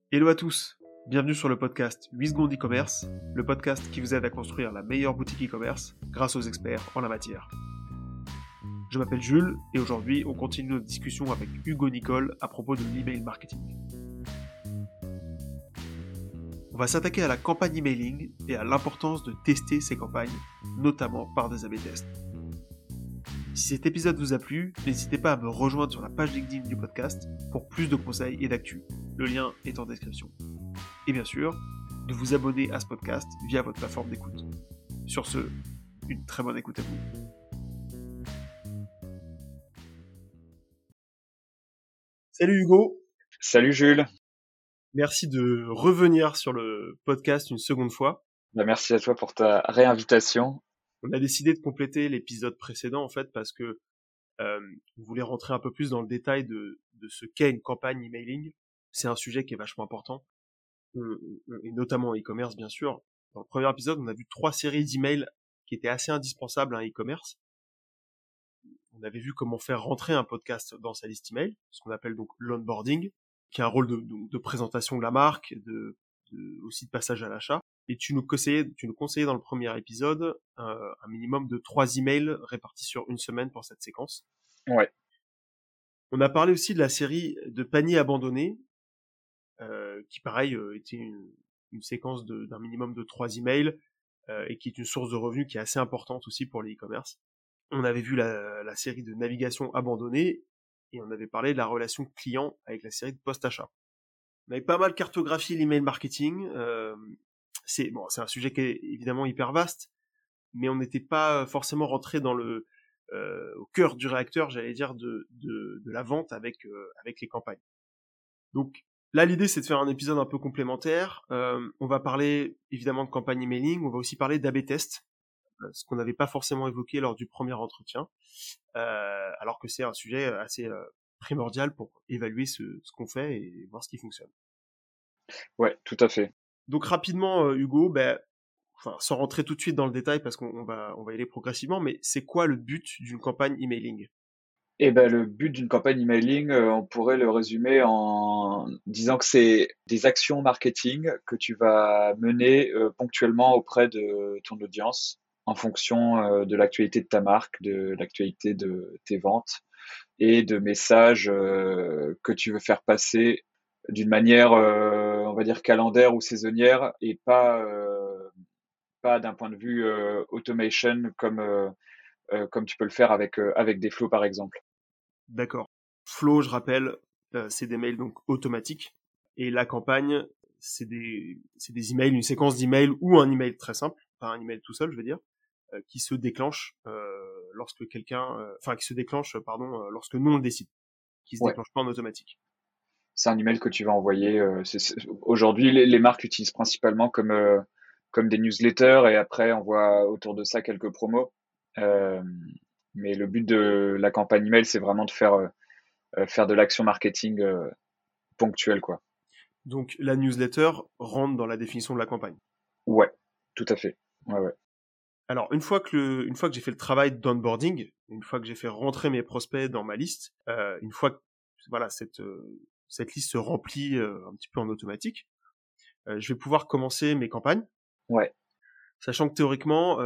Hello à tous, bienvenue sur le podcast 8 secondes e-commerce, le podcast qui vous aide à construire la meilleure boutique e-commerce grâce aux experts en la matière. Je m'appelle Jules et aujourd'hui on continue notre discussion avec Hugo Nicole à propos de l'email marketing. On va s'attaquer à la campagne emailing et à l'importance de tester ces campagnes, notamment par des A/B tests. Si cet épisode vous a plu, n'hésitez pas à me rejoindre sur la page LinkedIn du podcast pour plus de conseils et d'actu. Le lien est en description. Et bien sûr, de vous abonner à ce podcast via votre plateforme d'écoute. Sur ce, une très bonne écoute à vous. Salut Hugo. Salut Jules. Merci de revenir sur le podcast une seconde fois. Merci à toi pour ta réinvitation. On a décidé de compléter l'épisode précédent en fait parce que on voulait rentrer un peu plus dans le détail de ce qu'est une campagne emailing. C'est un sujet qui est vachement important, et notamment en e-commerce bien sûr. Dans le premier épisode, on a vu 3 séries d'emails qui étaient assez indispensables à un e-commerce. On avait vu comment faire rentrer un podcast dans sa liste email, ce qu'on appelle donc l'onboarding, qui a un rôle de présentation de la marque, aussi de passage à l'achat. Et tu nous conseillais dans le premier épisode un minimum de 3 emails répartis sur une semaine pour cette séquence. Ouais. On a parlé aussi de la série de paniers abandonnés, qui pareil était une séquence d'un minimum de 3 emails, et qui est une source de revenus qui est assez importante aussi pour les e-commerce. On avait vu la série de navigation abandonnée, et on avait parlé de la relation client avec la série de post-achat. On avait pas mal cartographié l'email marketing. C'est un sujet qui est évidemment hyper vaste, mais on n'était pas forcément rentré dans au cœur du réacteur, j'allais dire, de la vente avec les campagnes. Donc là, l'idée, c'est de faire un épisode un peu complémentaire. On va parler évidemment de campagne emailing, on va aussi parler d'A/B test, ce qu'on n'avait pas forcément évoqué lors du premier entretien, alors que c'est un sujet assez primordial pour évaluer ce qu'on fait et voir ce qui fonctionne. Ouais, tout à fait. Donc rapidement, Hugo, sans rentrer tout de suite dans le détail parce qu'on va y aller progressivement, mais c'est quoi le but d'une campagne emailing ? Le but d'une campagne emailing, on pourrait le résumer en disant que c'est des actions marketing que tu vas mener ponctuellement auprès de ton audience en fonction de l'actualité de ta marque, de l'actualité de tes ventes et de messages que tu veux faire passer d'une manière, on va dire calendaire ou saisonnière et pas d'un point de vue automation comme tu peux le faire avec des flows par exemple. D'accord. Flow, je rappelle, c'est des mails donc automatiques, et la campagne, c'est des emails, une séquence d'emails ou un email très simple, pas un email tout seul, je veux dire, qui se déclenche lorsque lorsque nous on le décide, qui se Ouais, déclenche pas en automatique. c'est un email que tu vas envoyer. Aujourd'hui, les marques l'utilisent principalement comme des newsletters et après on voit autour de ça quelques promos. Euh, mais le but de la campagne email, c'est vraiment de faire de l'action marketing ponctuelle, quoi. Donc la newsletter rentre dans la définition de la campagne. Ouais, tout à fait. Ouais, ouais. Alors une fois que j'ai fait le travail d'onboarding, une fois que j'ai fait rentrer mes prospects dans ma liste, une fois que voilà cette liste se remplit un petit peu en automatique, je vais pouvoir commencer mes campagnes, Ouais. sachant que théoriquement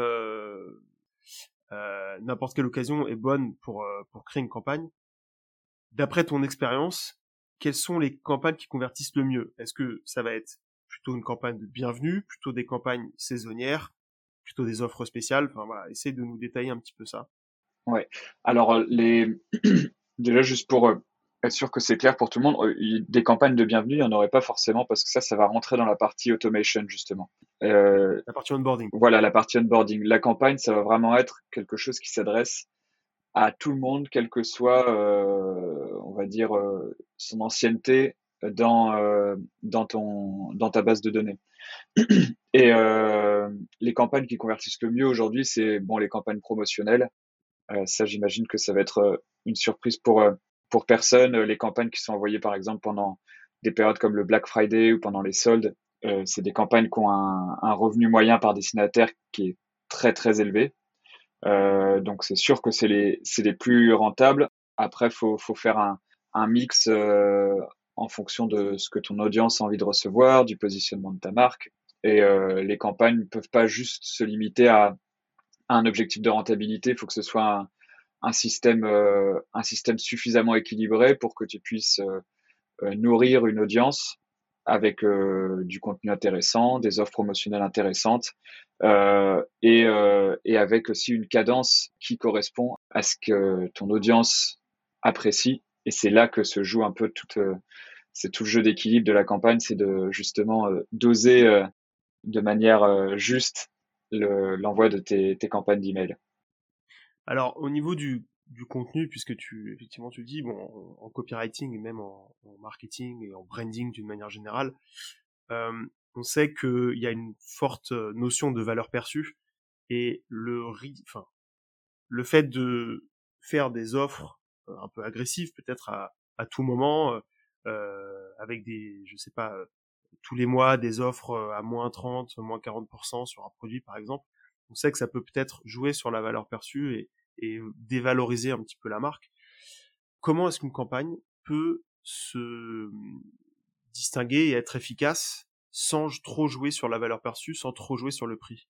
n'importe quelle occasion est bonne pour créer une campagne. D'après ton expérience, quelles sont les campagnes qui convertissent le mieux ? Est-ce que ça va être plutôt une campagne de bienvenue, plutôt des campagnes saisonnières, plutôt des offres spéciales ? Enfin voilà, essaye de nous détailler un petit peu ça. Ouais. Alors, déjà, juste pour être sûr que c'est clair pour tout le monde, des campagnes de bienvenue, il n'y en aurait pas forcément parce que ça va rentrer dans la partie automation, justement. La partie onboarding. Voilà, la partie onboarding. La campagne, ça va vraiment être quelque chose qui s'adresse à tout le monde, quelle que soit, on va dire, son ancienneté dans ta base de données. Et les campagnes qui convertissent le mieux aujourd'hui, c'est bon, les campagnes promotionnelles. Ça, j'imagine que ça va être une surprise pour personne. Les campagnes qui sont envoyées, par exemple, pendant des périodes comme le Black Friday ou pendant les soldes, c'est des campagnes qui ont un revenu moyen par destinataire qui est très, très élevé. Donc, c'est sûr que c'est les plus rentables. Après, faut faire un mix en fonction de ce que ton audience a envie de recevoir, du positionnement de ta marque. Et les campagnes ne peuvent pas juste se limiter à un objectif de rentabilité. Il faut que ce soit un système suffisamment équilibré pour que tu puisses nourrir une audience avec du contenu intéressant, des offres promotionnelles intéressantes et avec aussi une cadence qui correspond à ce que ton audience apprécie. Et c'est là que se joue un peu c'est tout le jeu d'équilibre de la campagne, c'est de justement doser de manière juste l'envoi de tes campagnes d'email. Alors, au niveau du contenu, puisque effectivement, tu le dis, bon, en copywriting et même en marketing et en branding d'une manière générale, on sait qu'il y a une forte notion de valeur perçue et enfin, le fait de faire des offres un peu agressives, peut-être à tout moment, avec je sais pas, tous les mois des offres à moins 30, moins 40% sur un produit par exemple, on sait que ça peut peut-être jouer sur la valeur perçue et dévaloriser un petit peu la marque. Comment est-ce qu'une campagne peut se distinguer et être efficace sans trop jouer sur la valeur perçue, sans trop jouer sur le prix?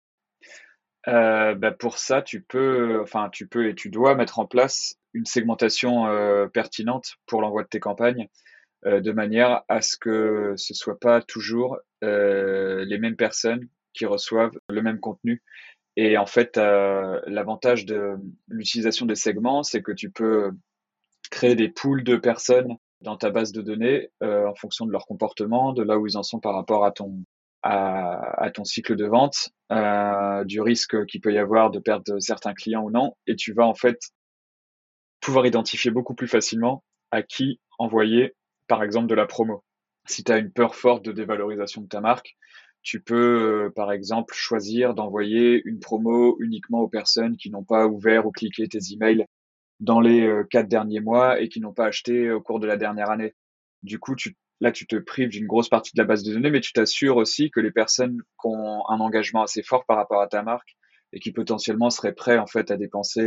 Pour ça, tu peux et tu dois mettre en place une segmentation pertinente pour l'envoi de tes campagnes, de manière à ce que ce soit pas toujours les mêmes personnes qui reçoivent le même contenu. Et en fait, l'avantage de l'utilisation des segments, c'est que tu peux créer des pools de personnes dans ta base de données en fonction de leur comportement, de là où ils en sont par rapport à ton cycle de vente, du risque qu'il peut y avoir de perdre certains clients ou non. Et tu vas en fait pouvoir identifier beaucoup plus facilement à qui envoyer, par exemple, de la promo. Si tu as une peur forte de dévalorisation de ta marque, tu peux, par exemple, choisir d'envoyer une promo uniquement aux personnes qui n'ont pas ouvert ou cliqué tes emails dans les 4 derniers mois et qui n'ont pas acheté au cours de la dernière année. Du coup, là, tu te prives d'une grosse partie de la base de données, mais tu t'assures aussi que les personnes qui ont un engagement assez fort par rapport à ta marque et qui potentiellement seraient prêts en fait à dépenser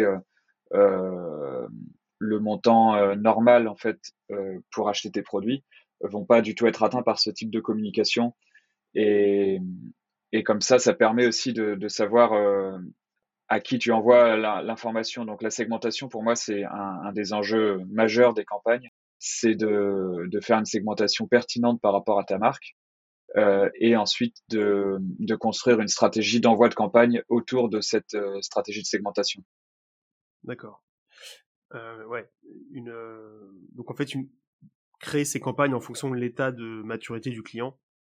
euh, le montant normal en fait pour acheter tes produits vont pas du tout être atteints par ce type de communication et, et comme ça permet aussi de savoir à qui tu envoies l'information. Donc la segmentation, pour moi, c'est un des enjeux majeurs des campagnes. C'est de faire une segmentation pertinente par rapport à ta marque et ensuite de construire une stratégie d'envoi de campagne autour de cette stratégie de segmentation. D'accord. Ouais. Donc en fait, créer ces campagnes en fonction de l'état de maturité du client.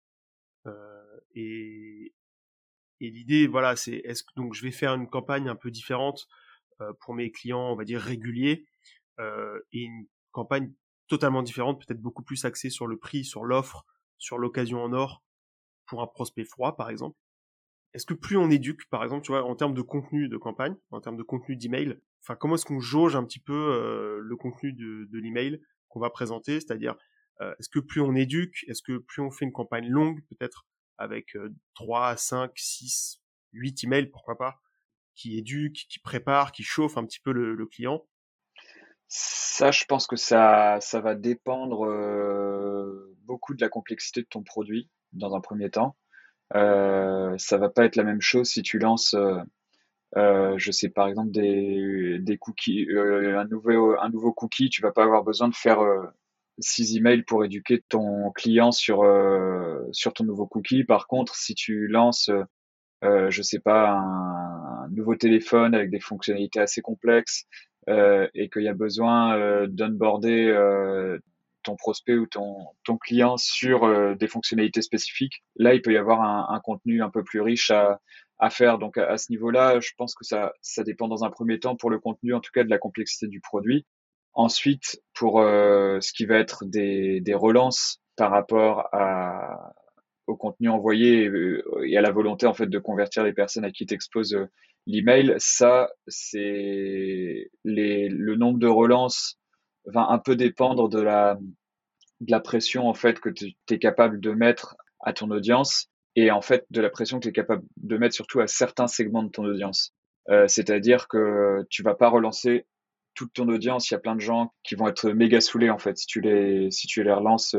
Et, et l'idée, voilà, c'est donc je vais faire une campagne un peu différente pour mes clients, on va dire réguliers, et une campagne totalement différente, peut-être beaucoup plus axée sur le prix, sur l'offre, sur l'occasion en or pour un prospect froid, par exemple. Est-ce que plus on éduque, par exemple, tu vois, en termes de contenu de campagne, en termes de contenu d'email, enfin, comment est-ce qu'on jauge un petit peu le contenu de l'email qu'on va présenter, c'est-à-dire, est-ce que plus on éduque, est-ce que plus on fait une campagne longue, peut-être avec 3, 5, 6, 8 emails, pourquoi pas, qui éduque, qui prépare, qui chauffe un petit peu le client. Ça, je pense que ça va dépendre beaucoup de la complexité de ton produit dans un premier temps. Ça va pas être la même chose si tu lances je sais par exemple des cookies, un nouveau cookie, tu vas pas avoir besoin de faire 6 emails pour éduquer ton client sur ton nouveau cookie. Par contre, si tu lances, je sais pas, un nouveau téléphone avec des fonctionnalités assez complexes et qu'il y a besoin d'onboarder ton prospect ou ton client sur des fonctionnalités spécifiques, là, il peut y avoir un contenu un peu plus riche à faire. Donc, à ce niveau-là, je pense que ça dépend dans un premier temps pour le contenu, en tout cas de la complexité du produit. Ensuite, pour ce qui va être des relances par rapport au contenu envoyé et à la volonté en fait de convertir les personnes à qui t'exposes l'email, ça c'est le nombre de relances va un peu dépendre de la pression en fait que tu es capable de mettre à ton audience et en fait de la pression que tu es capable de mettre surtout à certains segments de ton audience. C'est-à-dire que tu vas pas relancer toute ton audience, il y a plein de gens qui vont être méga saoulés en fait. Si tu les relances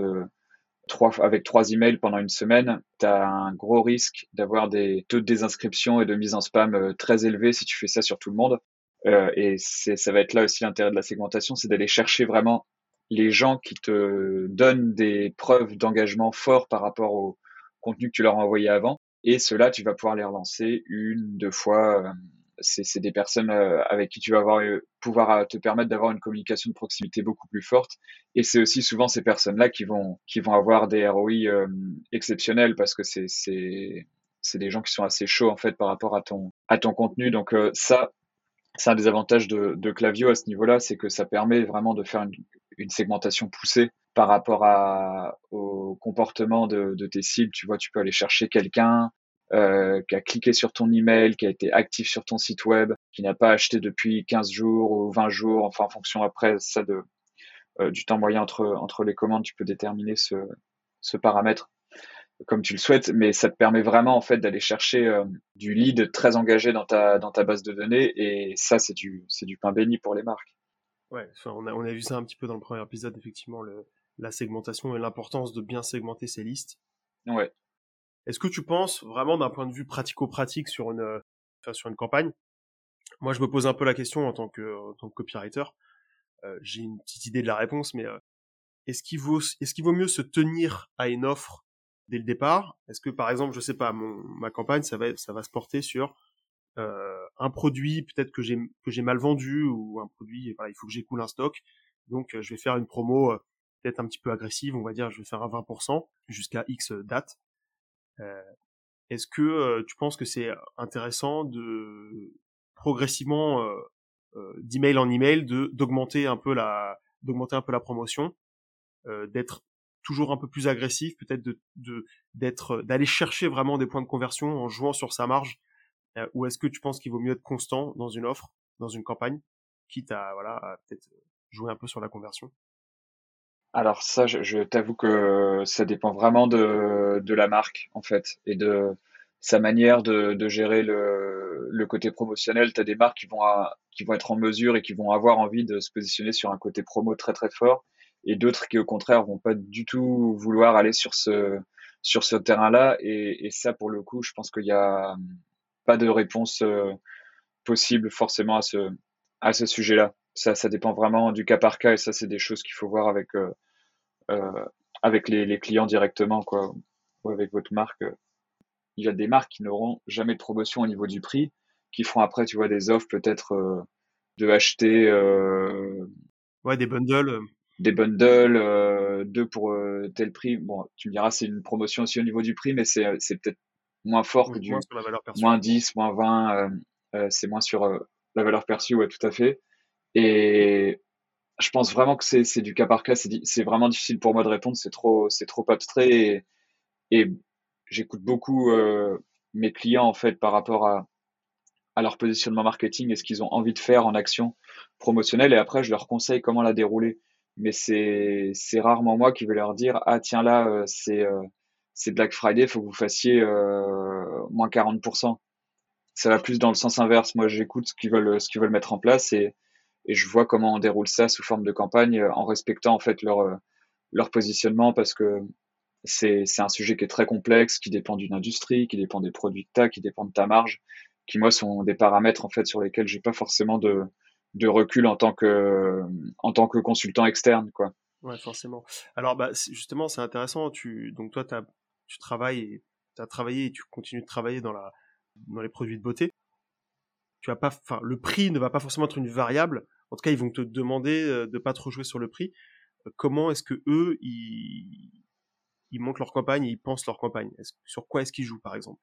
avec 3 emails pendant une semaine, tu as un gros risque d'avoir des taux de désinscription et de mise en spam très élevés si tu fais ça sur tout le monde. Et ça va être là aussi l'intérêt de la segmentation, c'est d'aller chercher vraiment les gens qui te donnent des preuves d'engagement fort par rapport au contenu que tu leur as envoyé avant. Et ceux-là, tu vas pouvoir les relancer 1, 2 fois. C'est des personnes avec qui tu vas pouvoir te permettre d'avoir une communication de proximité beaucoup plus forte. Et c'est aussi souvent ces personnes-là qui vont avoir des ROI exceptionnels parce que c'est des gens qui sont assez chauds en fait par rapport à ton contenu. Donc ça, c'est un des avantages de Klaviyo à ce niveau-là, c'est que ça permet vraiment de faire une segmentation poussée par rapport au comportement de tes cibles. Tu vois, tu peux aller chercher quelqu'un qui a cliqué sur ton email, qui a été actif sur ton site web, qui n'a pas acheté depuis 15 jours ou 20 jours, enfin en fonction après ça du temps moyen entre les commandes, tu peux déterminer ce paramètre comme tu le souhaites, mais ça te permet vraiment en fait d'aller chercher du lead très engagé dans ta base de données, et ça c'est du pain béni pour les marques. Ouais, enfin, on a vu ça un petit peu dans le premier épisode, effectivement, la segmentation et l'importance de bien segmenter ses listes. Ouais. Est-ce que tu penses vraiment d'un point de vue pratico-pratique enfin, sur une campagne? Moi, je me pose un peu la question en tant que copywriter. J'ai une petite idée de la réponse, mais est-ce qu'il vaut mieux se tenir à une offre dès le départ? Est-ce que, par exemple, je sais pas, ma campagne, ça va se porter sur un produit peut-être que j'ai mal vendu, ou un produit, voilà, il faut que j'écoule un stock. Donc, je vais faire une promo peut-être un petit peu agressive, on va dire, je vais faire un 20% jusqu'à X date. Euh, Est-ce que tu penses que c'est intéressant de progressivement d'email en email d'augmenter un peu la promotion, d'être toujours un peu plus agressif, peut-être d'aller chercher vraiment des points de conversion en jouant sur sa marge, ou est-ce que tu penses qu'il vaut mieux être constant dans une offre, dans une campagne, quitte à voilà à peut-être jouer un peu sur la conversion? Alors ça, je t'avoue que ça dépend vraiment de la marque en fait et de sa manière de gérer le côté promotionnel. Tu as des marques qui vont être en mesure et qui vont avoir envie de se positionner sur un côté promo très très fort, et d'autres qui au contraire vont pas du tout vouloir aller sur ce terrain-là. Et ça, pour le coup, je pense qu'il y a pas de réponse possible forcément à ce sujet-là. Ça dépend vraiment du cas par cas, et ça, c'est des choses qu'il faut voir euh, avec les clients directement, quoi, ou avec votre marque. Il y a des marques qui n'auront jamais de promotion au niveau du prix, qui feront après, tu vois, des offres peut-être de acheter Ouais, des bundles. des bundles, deux pour tel prix. Bon, tu me diras, c'est une promotion aussi au niveau du prix, mais c'est peut-être moins fort que Moins du sur la valeur perçue. moins 10, moins 20. C'est moins sur la valeur perçue, ouais, tout à fait. Et je pense vraiment que c'est du cas par cas. C'est vraiment difficile pour moi de répondre. C'est trop abstrait. Et j'écoute beaucoup mes clients en fait par rapport à leur positionnement marketing et ce qu'ils ont envie de faire en action promotionnelle. Et après, je leur conseille comment la dérouler. Mais c'est rarement moi qui vais leur dire, ah tiens là, c'est Black Friday, il faut que vous fassiez moins 40%. Ça va plus dans le sens inverse. Moi, j'écoute ce qu'ils veulent mettre en place, et je vois comment on déroule ça sous forme de campagne en respectant en fait leur positionnement, parce que c'est un sujet qui est très complexe, qui dépend d'une industrie, qui dépend des produits que tu as, qui dépend de ta marge, qui moi sont des paramètres en fait sur lesquels j'ai pas forcément de recul en tant que consultant externe, quoi. Ouais, forcément. Alors, bah, justement, c'est intéressant. Donc toi, tu travailles et t'as travaillé et tu continues de travailler dans les produits de beauté. Tu vas pas, enfin, le prix ne va pas forcément être une variable. En tout cas, ils vont te demander de pas trop jouer sur le prix. Comment est-ce que eux, ils montent leur campagne et ils pensent leur campagne? Sur quoi est-ce qu'ils jouent, par exemple?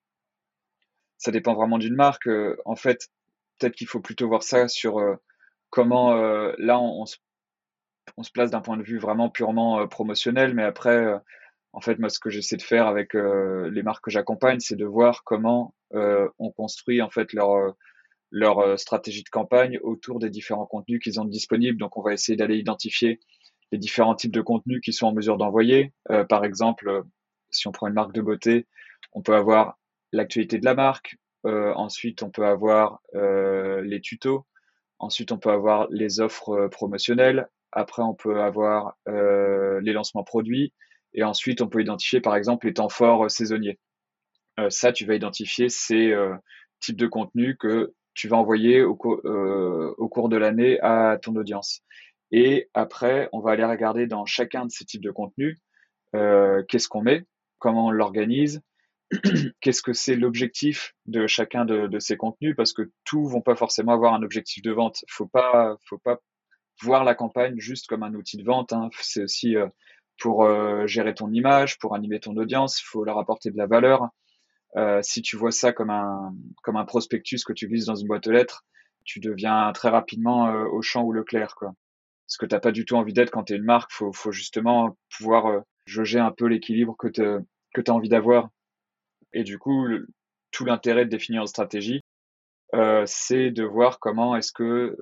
Ça dépend vraiment d'une marque. En fait, peut-être qu'il faut plutôt voir ça sur comment là on se place d'un point de vue vraiment purement promotionnel, mais après, en fait, moi, ce que j'essaie de faire avec les marques que j'accompagne, c'est de voir comment on construit en fait leur stratégie de campagne autour des différents contenus qu'ils ont disponibles. Donc, on va essayer d'aller identifier les différents types de contenus qu'ils sont en mesure d'envoyer. Par exemple, si on prend une marque de beauté, on peut avoir l'actualité de la marque. Ensuite, on peut avoir les tutos. Ensuite, on peut avoir les offres promotionnelles. Après, on peut avoir les lancements produits. Et ensuite, on peut identifier, par exemple, les temps forts saisonniers. Ça, tu vas identifier ces types de contenus que tu vas envoyer au cours de l'année à ton audience. Et après, on va aller regarder dans chacun de ces types de contenus, qu'est-ce qu'on met, comment on l'organise, qu'est-ce que c'est l'objectif de chacun de ces contenus, parce que tous vont pas forcément avoir un objectif de vente. Faut pas voir la campagne juste comme un outil de vente, hein. C'est aussi pour gérer ton image, pour animer ton audience, il faut leur apporter de la valeur. Si tu vois ça comme un prospectus que tu glisses dans une boîte aux lettres, tu deviens très rapidement Auchan ou Leclerc, quoi. Ce que t'as pas du tout envie d'être quand tu es une marque. Faut justement pouvoir jauger un peu l'équilibre que tu as envie d'avoir. Et du coup, tout l'intérêt de définir une stratégie, c'est de voir comment est-ce que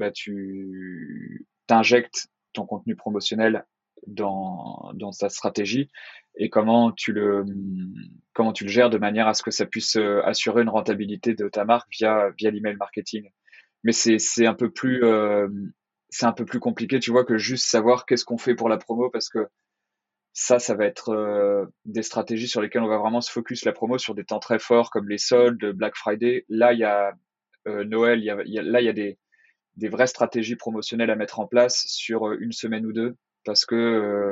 tu injectes ton contenu promotionnel dans ta stratégie et comment tu le gères de manière à ce que ça puisse assurer une rentabilité de ta marque via l'email marketing. Mais c'est un peu plus compliqué, tu vois, que juste savoir qu'est-ce qu'on fait pour la promo, parce que ça va être des stratégies sur lesquelles on va vraiment se focus la promo sur des temps très forts comme les soldes, Black Friday. Là, il y a Noël, là, il y a des vraies stratégies promotionnelles à mettre en place sur une semaine ou deux, parce que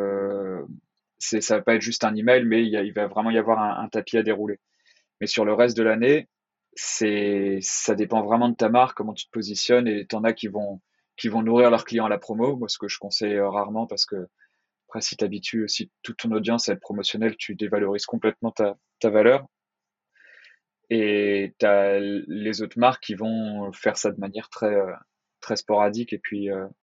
ça va pas être juste un email, mais il va vraiment y avoir un tapis à dérouler. Mais sur le reste de l'année, ça dépend vraiment de ta marque, comment tu te positionnes, et t'en as qui vont nourrir leurs clients à la promo. Moi, ce que je conseille rarement, parce que après, si tu habitues aussi toute ton audience à être promotionnelle, tu dévalorises complètement ta valeur. Et tu as les autres marques qui vont faire ça de manière très sporadique, et puis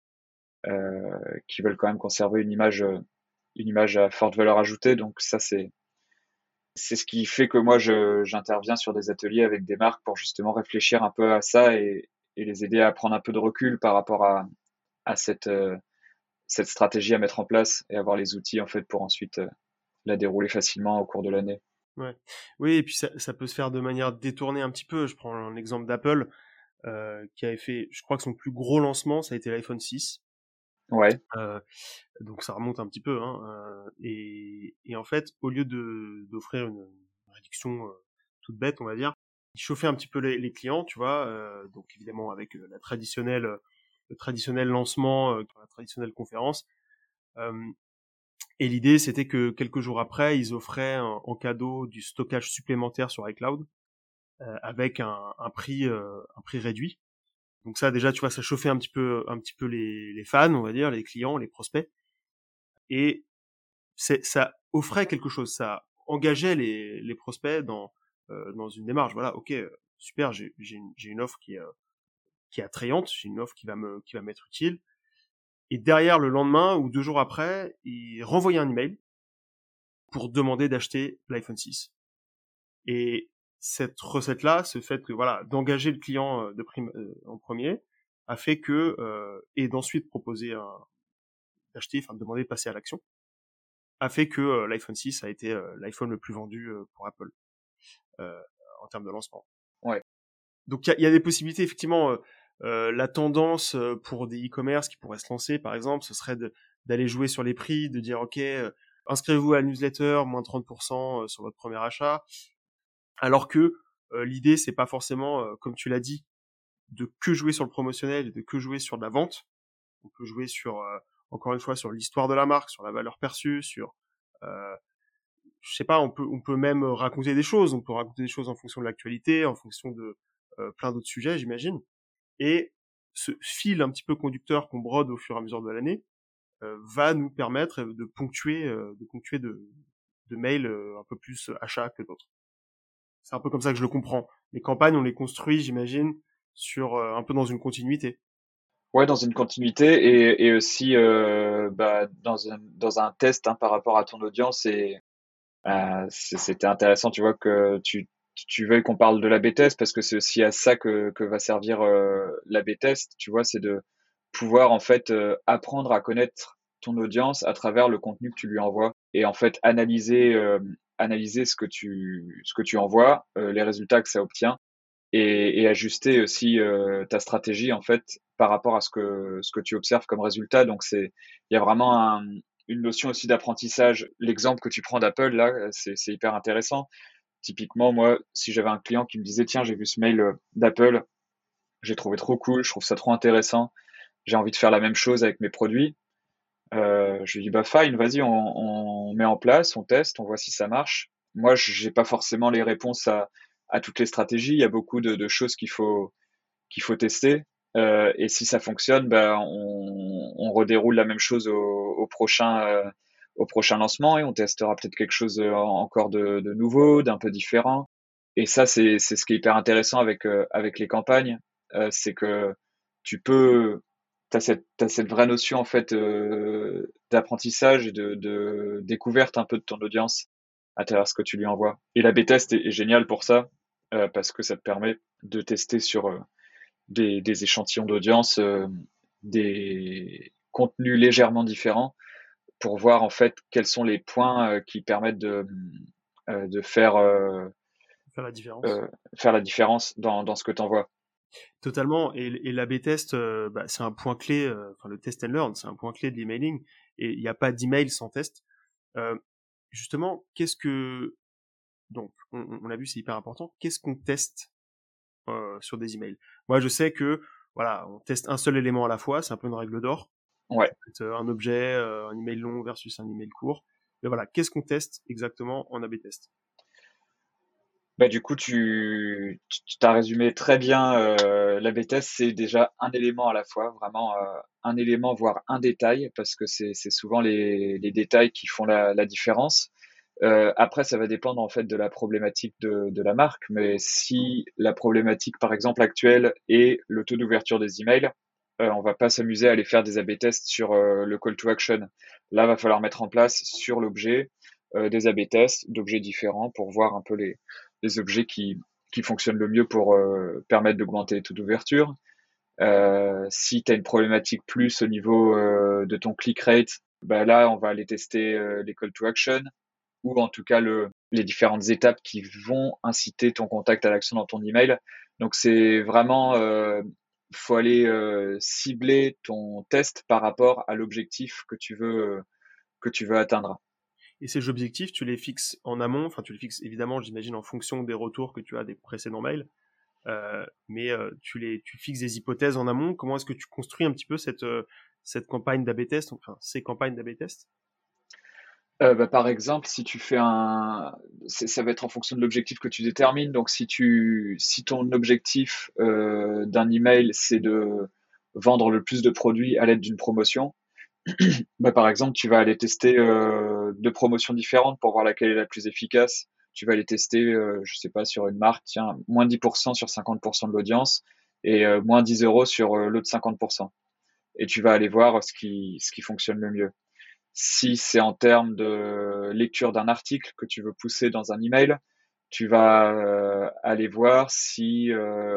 qui veulent quand même conserver une image à forte valeur ajoutée. Donc ça, c'est ce qui fait que moi, j'interviens sur des ateliers avec des marques pour justement réfléchir un peu à ça, et les aider à prendre un peu de recul par rapport à cette stratégie à mettre en place, et avoir les outils en fait pour ensuite la dérouler facilement au cours de l'année. Ouais. Oui, et puis ça peut se faire de manière détournée un petit peu. Je prends l'exemple d'Apple, qui avait fait, je crois que son plus gros lancement, ça a été l'iPhone 6. Ouais, Donc ça remonte un petit peu, hein, et en fait, au lieu d'offrir une réduction toute bête, on va dire, ils chauffaient un petit peu les clients, tu vois, donc évidemment avec le traditionnel lancement, la traditionnelle conférence. Euh, et l'idée, c'était que quelques jours après, ils offraient en cadeau du stockage supplémentaire sur iCloud, avec un prix réduit. Donc ça, déjà, tu vois, ça chauffait un petit peu les fans, on va dire, les clients, les prospects. Et ça offrait quelque chose, ça engageait les prospects dans une démarche. Voilà, ok, super, j'ai une offre qui est attrayante, j'ai une offre qui va m'être utile. Et derrière, le lendemain ou 2 jours après, ils renvoyaient un email pour demander d'acheter l'iPhone 6. Et cette recette-là, ce fait que voilà, d'engager le client en premier, a fait que et d'ensuite d'acheter, enfin de demander de passer à l'action, a fait que l'iPhone 6 a été l'iPhone le plus vendu pour Apple euh, en termes de lancement. ouais. Donc il y a des possibilités, effectivement. La tendance pour des e-commerce qui pourraient se lancer, par exemple, ce serait d'aller jouer sur les prix, de dire ok, inscrivez-vous à la newsletter, moins 30% sur votre premier achat. Alors que l'idée, c'est pas forcément, comme tu l'as dit, de que jouer sur le promotionnel et de que jouer sur de la vente. On peut jouer sur, encore une fois, sur l'histoire de la marque, sur la valeur perçue, sur je sais pas, on peut même raconter des choses. On peut raconter des choses en fonction de l'actualité, en fonction de plein d'autres sujets, j'imagine. Et ce fil un petit peu conducteur qu'on brode au fur et à mesure de l'année va nous permettre de mails un peu plus achats que d'autres. C'est un peu comme ça que je le comprends. Les campagnes, on les construit, j'imagine, sur un peu dans une continuité. Ouais, dans une continuité, et aussi dans un test, hein, par rapport à ton audience. Et c'était intéressant, tu vois, que tu veuilles qu'on parle de l'A/B test, parce que c'est aussi à ça que va servir l'A/B test, tu vois, c'est de pouvoir en fait apprendre à connaître ton audience à travers le contenu que tu lui envoies, et en fait analyser ce que tu envoies, les résultats que ça obtient, et ajuster aussi ta stratégie en fait par rapport à ce que tu observes comme résultat. Donc il y a vraiment une notion aussi d'apprentissage. L'exemple que tu prends d'Apple là, c'est hyper intéressant. Typiquement, moi, si j'avais un client qui me disait tiens, j'ai vu ce mail d'Apple, j'ai trouvé trop cool, je trouve ça trop intéressant, j'ai envie de faire la même chose avec mes produits. Je lui dis bah fine, vas-y, on met en place, on teste, on voit si ça marche. Moi, j'ai pas forcément les réponses à toutes les stratégies. Il y a beaucoup de choses qu'il faut tester. Et si ça fonctionne, bah, on redéroule la même chose au prochain lancement et on testera peut-être quelque chose encore de nouveau, d'un peu différent. Et ça, c'est ce qui est hyper intéressant avec les campagnes, c'est que t'as cette vraie notion en fait d'apprentissage et de découverte un peu de ton audience à travers ce que tu lui envoies. Et l'A/B test est génial pour ça parce que ça te permet de tester sur des échantillons d'audience, des contenus légèrement différents pour voir en fait quels sont les points qui permettent de Faire la différence. euh, faire la différence dans ce que tu envoies. Totalement. Et l'A/B test, bah, c'est un point clé. Enfin, le test and learn, c'est un point clé de l'emailing. Et il n'y a pas d'email sans test. Euh, Justement, qu'est-ce que donc on a vu, c'est hyper important. Qu'est-ce qu'on teste sur des emails? Moi, je sais que voilà, on teste un seul élément à la fois. C'est un peu une règle d'or. Ouais. Un objet, un email long versus un email court. Mais voilà, qu'est-ce qu'on teste exactement en A/B test? Bah, du coup, tu t'as résumé très bien. La test, c'est déjà un élément à la fois, vraiment un élément, voire un détail, parce que c'est souvent les détails qui font la différence. Après, ça va dépendre en fait de la problématique de la marque, mais si la problématique, par exemple, actuelle est le taux d'ouverture des emails, on va pas s'amuser à aller faire des A/B tests sur le call to action. Là, va falloir mettre en place sur l'objet des A/B tests d'objets différents pour voir un peu les objets qui fonctionnent le mieux pour permettre d'augmenter les taux d'ouverture. Si tu as une problématique plus au niveau de ton click rate, bah là, on va aller tester les call to action ou en tout cas les différentes étapes qui vont inciter ton contact à l'action dans ton email. Donc c'est vraiment, faut aller cibler ton test par rapport à l'objectif que tu veux atteindre. Et ces objectifs, tu les fixes en amont, enfin tu les fixes évidemment, j'imagine, en fonction des retours que tu as des précédents mails, mais tu fixes des hypothèses en amont. Comment est-ce que tu construis un petit peu cette campagne d'A/B test, enfin ces campagnes d'A/B test? Bah, par exemple, si tu fais ça va être en fonction de l'objectif que tu détermines. Donc, si ton objectif d'un email, c'est de vendre le plus de produits à l'aide d'une promotion, bah, par exemple, tu vas aller tester deux promotions différentes pour voir laquelle est la plus efficace. Tu vas aller tester, je sais pas, sur une marque, tiens, moins 10% sur 50% de l'audience et moins 10 euros sur l'autre 50%. Et tu vas aller voir ce qui fonctionne le mieux. Si c'est en termes de lecture d'un article que tu veux pousser dans un email, tu vas aller voir si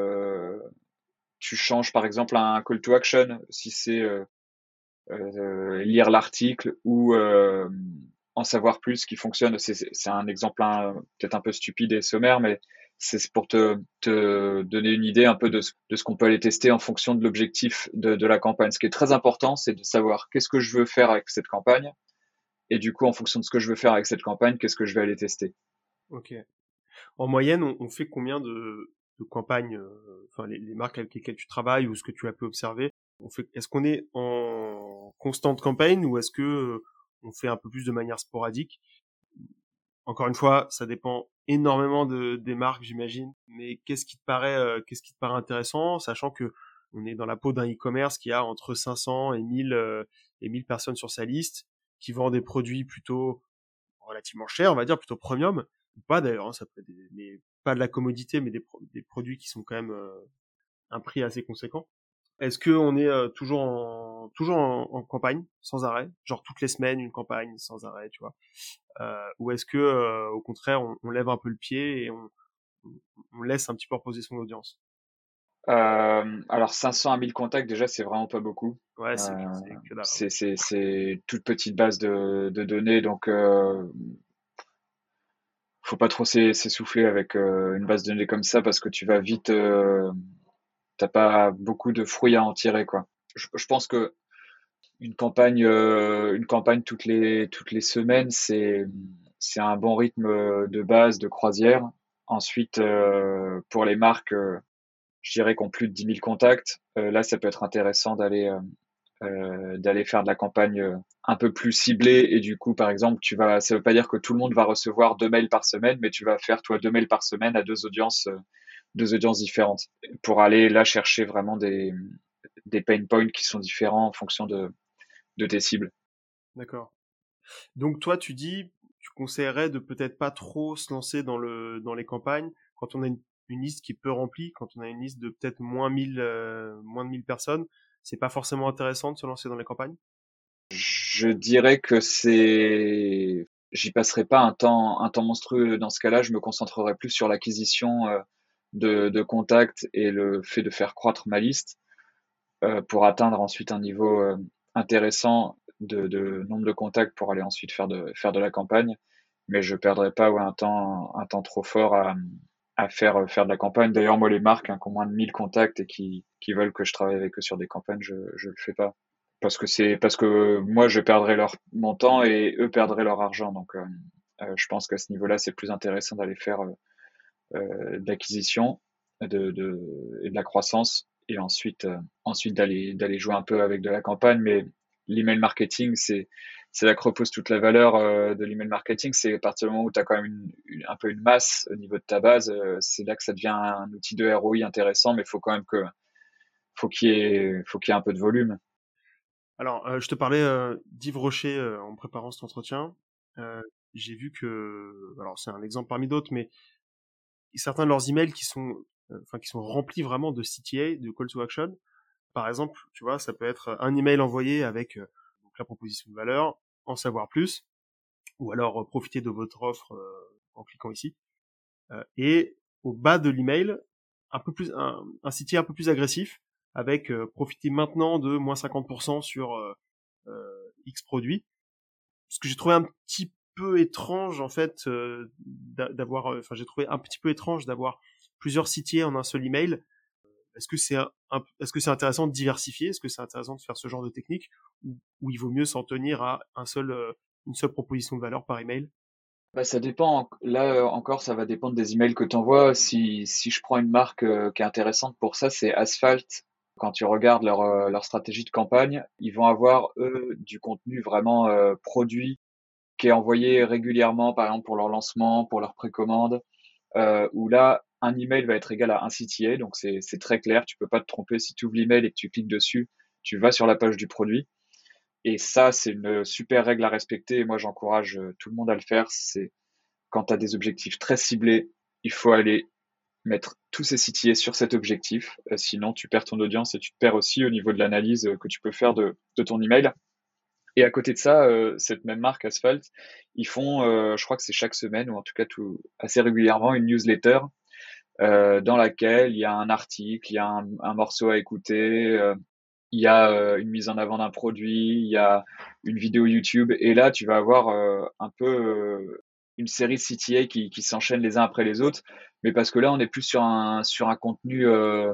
tu changes par exemple un call to action, si c'est lire l'article ou en savoir plus qui fonctionne. C'est un exemple peut-être un peu stupide et sommaire, mais c'est pour te donner une idée un peu de ce qu'on peut aller tester en fonction de l'objectif de la campagne. Ce qui est très important, c'est de savoir qu'est-ce que je veux faire avec cette campagne et du coup, en fonction de ce que je veux faire avec cette campagne, qu'est-ce que je vais aller tester. Ok. En moyenne, on fait combien de campagnes, enfin les marques avec lesquelles tu travailles ou ce que tu as pu observer, est-ce qu'on est en constante campagne ou est-ce que on fait un peu plus de manière sporadique? Encore une fois, ça dépend énormément des marques, j'imagine. Mais qu'est-ce qui te paraît intéressant, sachant que on est dans la peau d'un e-commerce qui a entre 500 et 1000 personnes sur sa liste, qui vend des produits plutôt relativement chers, on va dire, plutôt premium, ou pas d'ailleurs, hein, ça peut être mais pas de la commodité, mais des produits qui sont quand même un prix assez conséquent. Est-ce que on est toujours en campagne, sans arrêt, genre toutes les semaines une campagne sans arrêt, tu vois? Ou est-ce que au contraire on lève un peu le pied et on laisse un petit peu reposer son audience? Alors 500 à 1000 contacts, déjà, c'est vraiment pas beaucoup. Ouais, Euh, c'est que dalle, hein. c'est toute petite base de données, donc faut pas trop s'essouffler avec une base de données comme ça parce que tu vas vite, t'as pas beaucoup de fruits à en tirer, quoi. Je pense que une campagne toutes les semaines, c'est un bon rythme de base de croisière. Ensuite, pour les marques, je dirais qu'ont plus de 10 000 contacts, là, ça peut être intéressant d'aller faire de la campagne un peu plus ciblée. Et du coup, par exemple, ça veut pas dire que tout le monde va recevoir 2 mails par semaine, mais tu vas faire, toi, 2 mails par semaine à deux audiences différentes pour aller là chercher vraiment des pain points qui sont différents en fonction de tes cibles. D'accord. Donc toi, tu conseillerais de peut-être pas trop se lancer dans les campagnes quand on a une liste qui est peu remplie, quand on a une liste de peut-être moins de 1000 personnes, c'est pas forcément intéressant de se lancer dans les campagnes? Je dirais que j'y passerai pas un temps monstrueux dans ce cas-là. Je me concentrerai plus sur l'acquisition de contacts et le fait de faire croître ma liste pour atteindre ensuite un niveau intéressant de nombre de contacts pour aller ensuite faire de la campagne. Mais je perdrai pas ouais, un temps trop fort à faire de la campagne. D'ailleurs, moi, les marques qui ont moins de 1000 contacts et qui veulent que je travaille avec eux sur des campagnes, je le fais pas. Parce que moi, je perdrai mon temps et eux perdraient leur argent. Donc, je pense qu'à ce niveau-là, c'est plus intéressant d'aller faire de l'acquisition et de la croissance et ensuite d'aller jouer un peu avec de la campagne. Mais l'email marketing, c'est là que repose toute la valeur de l'email marketing. C'est à partir du moment où tu as quand même un peu une masse au niveau de ta base, c'est là que ça devient un outil de ROI intéressant, mais il faut quand même faut qu'il y ait un peu de volume. Alors, je te parlais d'Yves Rocher en préparant cet entretien. Euh, j'ai vu que, alors c'est un exemple parmi d'autres, mais certains de leurs emails qui sont remplis vraiment de CTA, de call to action. Par exemple, tu vois, ça peut être un email envoyé avec donc la proposition de valeur, en savoir plus, ou alors profiter de votre offre en cliquant ici. Et au bas de l'email, un CTA un peu plus agressif, avec profiter maintenant de moins 50% sur X produits. Ce que j'ai trouvé un petit peu étrange en fait enfin j'ai trouvé un petit peu étrange d'avoir plusieurs CTA en un seul email. Est-ce que c'est intéressant de diversifier? Est-ce que c'est intéressant de faire ce genre de technique? Ou il vaut mieux s'en tenir à une seule proposition de valeur par email? Bah, ça dépend. Là, encore, ça va dépendre des emails que tu envoies. Si je prends une marque qui est intéressante pour ça, c'est Asphalt. Quand tu regardes leur stratégie de campagne, ils vont avoir, eux, du contenu vraiment produit qui est envoyé régulièrement, par exemple pour leur lancement, pour leur précommande, où là, un email va être égal à un CTA, donc c'est très clair. Tu peux pas te tromper si tu ouvres l'email et que tu cliques dessus, tu vas sur la page du produit. Et ça, c'est une super règle à respecter. Et moi, j'encourage tout le monde à le faire. C'est quand tu as des objectifs très ciblés, il faut aller mettre tous ces CTA sur cet objectif. Sinon, tu perds ton audience et tu te perds aussi au niveau de l'analyse que tu peux faire de ton email. Et à côté de ça, cette même marque Asphalt, ils font, je crois que c'est chaque semaine ou en tout cas assez régulièrement, une newsletter dans laquelle il y a un article, il y a un morceau à écouter, il y a une mise en avant d'un produit, il y a une vidéo YouTube, et là tu vas avoir un peu une série de CTA qui s'enchaînent les uns après les autres, mais parce que là on est plus sur un contenu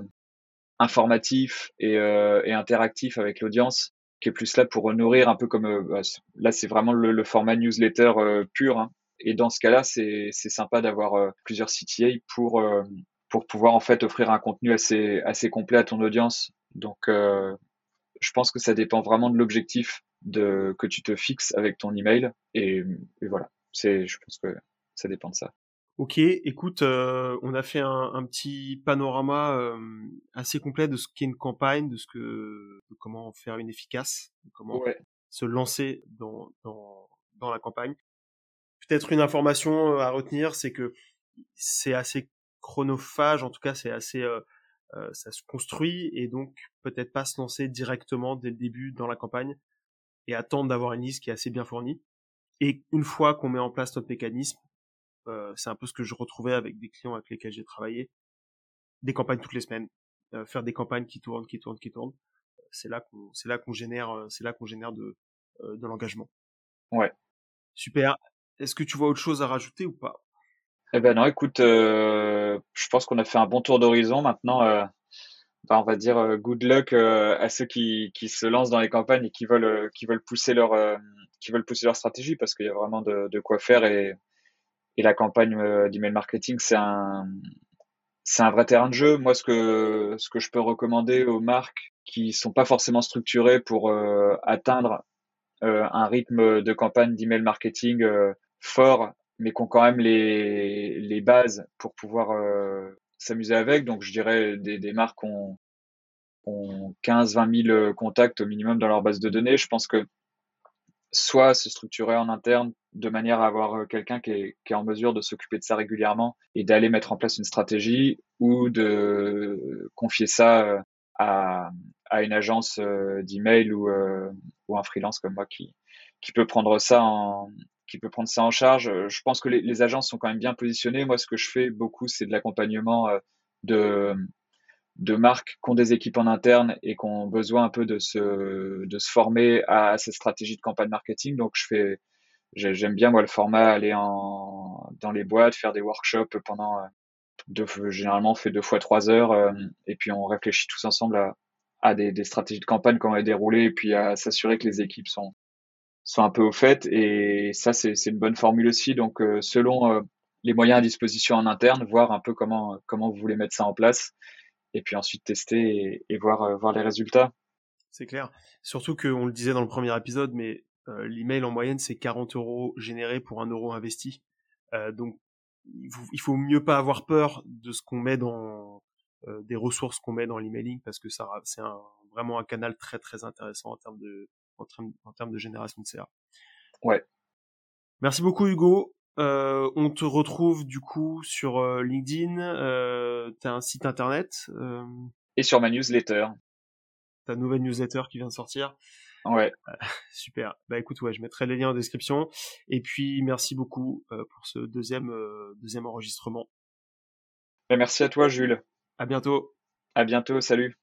informatif et interactif avec l'audience, qui est plus là pour nourrir un peu comme là c'est vraiment le format newsletter pur, hein. Et dans ce cas-là, c'est sympa d'avoir plusieurs CTA pour pouvoir en fait offrir un contenu assez complet à ton audience. Donc je pense que ça dépend vraiment de l'objectif que tu te fixes avec ton email. Et voilà, je pense que ça dépend de ça. Ok, écoute, on a fait un petit panorama assez complet de ce qu'est une campagne, de comment faire une efficace, de comment Ouais, se lancer dans la campagne. Peut-être une information à retenir, c'est que c'est assez chronophage, en tout cas c'est ça se construit et donc peut-être pas se lancer directement dès le début dans la campagne et attendre d'avoir une liste qui est assez bien fournie. Et une fois qu'on met en place notre mécanisme, c'est un peu ce que je retrouvais avec des clients avec lesquels j'ai travaillé, des campagnes toutes les semaines, faire des campagnes qui tournent, qui tournent, qui tournent. C'est là qu'on génère de l'engagement. ouais. Super. Est-ce que tu vois autre chose à rajouter ou pas? Eh ben non, écoute, je pense qu'on a fait un bon tour d'horizon. Maintenant, on va dire good luck à ceux qui se lancent dans les campagnes et qui veulent pousser leur stratégie parce qu'il y a vraiment de quoi faire et la campagne d'email marketing, c'est un vrai terrain de jeu. Moi, ce que je peux recommander aux marques qui sont pas forcément structurées pour atteindre un rythme de campagne d'email marketing fort, mais qui ont quand même les bases pour pouvoir s'amuser avec. Donc, je dirais des marques ont 15-20 000 contacts au minimum dans leur base de données. Je pense que soit se structurer en interne de manière à avoir quelqu'un qui est en mesure de s'occuper de ça régulièrement et d'aller mettre en place une stratégie, ou de confier ça à, à une agence d'email ou un freelance comme moi qui peut prendre ça qui peut prendre ça en charge. Je pense que les agences sont quand même bien positionnées. Moi, ce que je fais beaucoup, c'est de l'accompagnement de de marques qui ont des équipes en interne et qui ont besoin un peu de se former à cette stratégie de campagne marketing. Donc, j'aime bien, moi, le format, aller dans les boîtes, faire des workshops pendant généralement, on fait 2 fois 3 heures, et puis on réfléchit tous ensemble à des stratégies de campagne, comment les dérouler, et puis à s'assurer que les équipes sont un peu au fait. Et ça, c'est une bonne formule aussi. Donc, selon les moyens à disposition en interne, voir un peu comment vous voulez mettre ça en place, et puis ensuite tester et voir les résultats. C'est clair. Surtout qu'on le disait dans le premier épisode, mais l'email en moyenne, c'est 40 euros générés pour 1 euro investi. Donc, il faut mieux pas avoir peur de ce qu'on met des ressources qu'on met dans l'emailing, parce que c'est vraiment un canal très très intéressant en termes de génération de CA. Ouais. Merci beaucoup Hugo. On te retrouve du coup sur LinkedIn. T'as un site internet, Et sur ma newsletter. ta nouvelle newsletter qui vient de sortir. Ouais. Super. Bah écoute, ouais, je mettrai les liens en description. Et puis merci beaucoup pour ce deuxième enregistrement. Et merci à toi, Jules. À bientôt. À bientôt. Salut.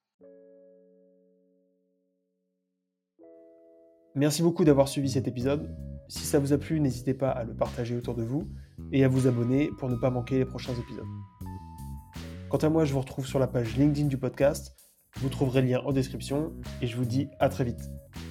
Merci beaucoup d'avoir suivi cet épisode. Si ça vous a plu, n'hésitez pas à le partager autour de vous et à vous abonner pour ne pas manquer les prochains épisodes. Quant à moi, je vous retrouve sur la page LinkedIn du podcast. Vous trouverez le lien en description et je vous dis à très vite.